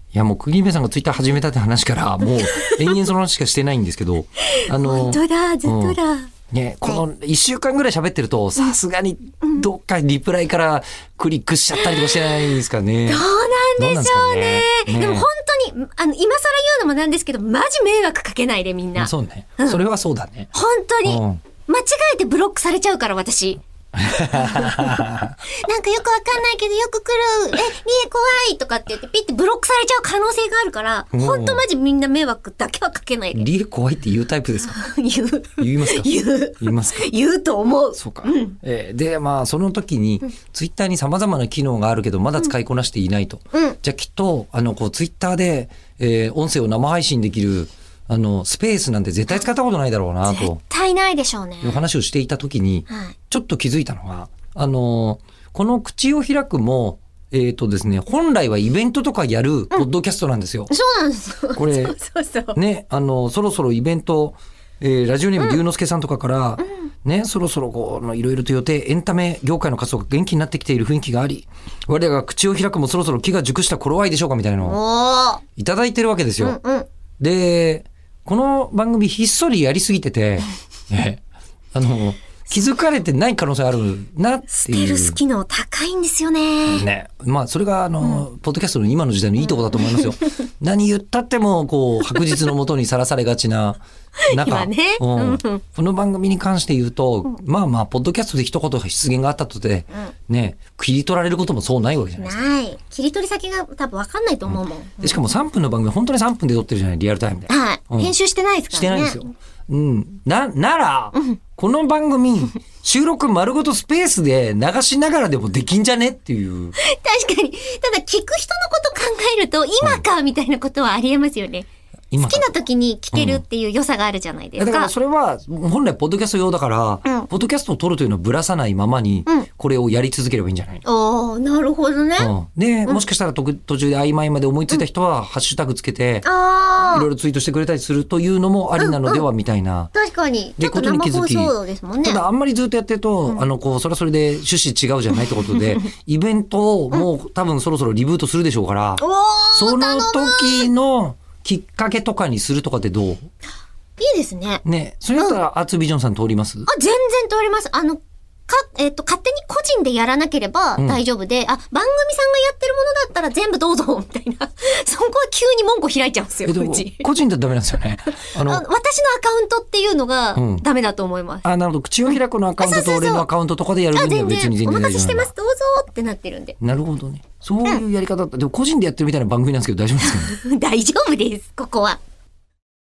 いやもう釘目さんがツイッター始めたって話からもう延々その話しかしてないんですけど本当だ、ずっとだ。 ね、この1週間ぐらい喋ってるとさすがにどっかリプライからクリックしちゃったりとかしてないんですかね。 どうなんでしょうね。でも本当に今更言うのもなんですけど、マジ迷惑かけないでみんな。 そうね、それはそうだね。 本当に、間違えてブロックされちゃうから私。なんかよくわかんないけどよく来る、リエ怖いとかって言ってピッてブロックされちゃう可能性があるから、本当マジみんな迷惑だけはかけないで。 リエ怖いって言うタイプですか？言いますか？言いますか？ 言うと思う。 そうか。で、まあその時に、ツイッターに様々な機能があるけどまだ使いこなしていないと。じゃあきっとこうツイッターで、音声を生配信できるスペースなんて絶対使ったことないだろうなと。 絶対ないでしょうね。 いう話をしていたときに、ちょっと気づいたのが、この口を開くも、ですね、本来はイベントとかやるポッドキャストなんですよ。 そうなんですよ。 これ、ね、そろそろイベント、ラジオネーム龍之介さんとかから、ね、そろそろこういろいろと予定、エンタメ業界の活動が元気になってきている雰囲気があり、我らが口を開くもそろそろ気が熟した頃合いでしょうかみたいなのをいただいてるわけですよ。で、この番組ひっそりやりすぎてて、気づかれてない可能性あるなっていう。 ステルス機能高いんですよね。 ね。まあそれがポッドキャストの今の時代のいいところだと思いますよ。何言ったってもこう白日の下にさらされがちな中、この番組に関して言うと、まあポッドキャストで一言出現があったとて、ね、切り取られることもそうないわけじゃないですか。 ない。切り取り先が多分分かんないと思うもん。 でしかも3分の番組本当に3分で撮ってるじゃない、リアルタイムで。 はい。編集してないですからね。 してないんですよ。なら、この番組、収録丸ごとスペースで流しながらでもできんじゃねっていう。 確かに。ただ聞く人のこと考えると、今かみたいなことはありえますよね。好きな時に聞けるっていう良さがあるじゃないですか。 だからそれは本来ポッドキャスト用だから、ポッドキャストを撮るというのをぶらさないままに、これをやり続ければいいんじゃないの？ ああ、なるほどね。 で、もしかしたら途中で曖昧まで思いついた人は、ハッシュタグつけて、いろいろツイートしてくれたりするというのもありなのではみたいな。 確かに。ちょっと生放送ですもんね。 ただあんまりずっとやってると、それはそれで趣旨違うじゃないってことで、イベントをもう多分そろそろリブートするでしょうから、その時のきっかけとかにするとかってどう？いいですね。 ね。それだったらアーツビジョンさん通ります？ 全然通ります。勝手に個人でやらなければ大丈夫で、番組さんがやってるものだったら全部どうぞ、みたいな。そこは急に門戸開いちゃうんですよ、うち。 個人だとダメなんですよね。 私のアカウントっていうのがダメだと思います。 なるほど。口を開くのアカウントと俺のアカウントとかでやる分には別に全然大丈夫。 お待ちしてます、どうぞってなってるんで。 なるほどね。そういうやり方だった。でも個人でやってるみたいな番組なんですけど大丈夫ですかね？ 大丈夫です、ここは。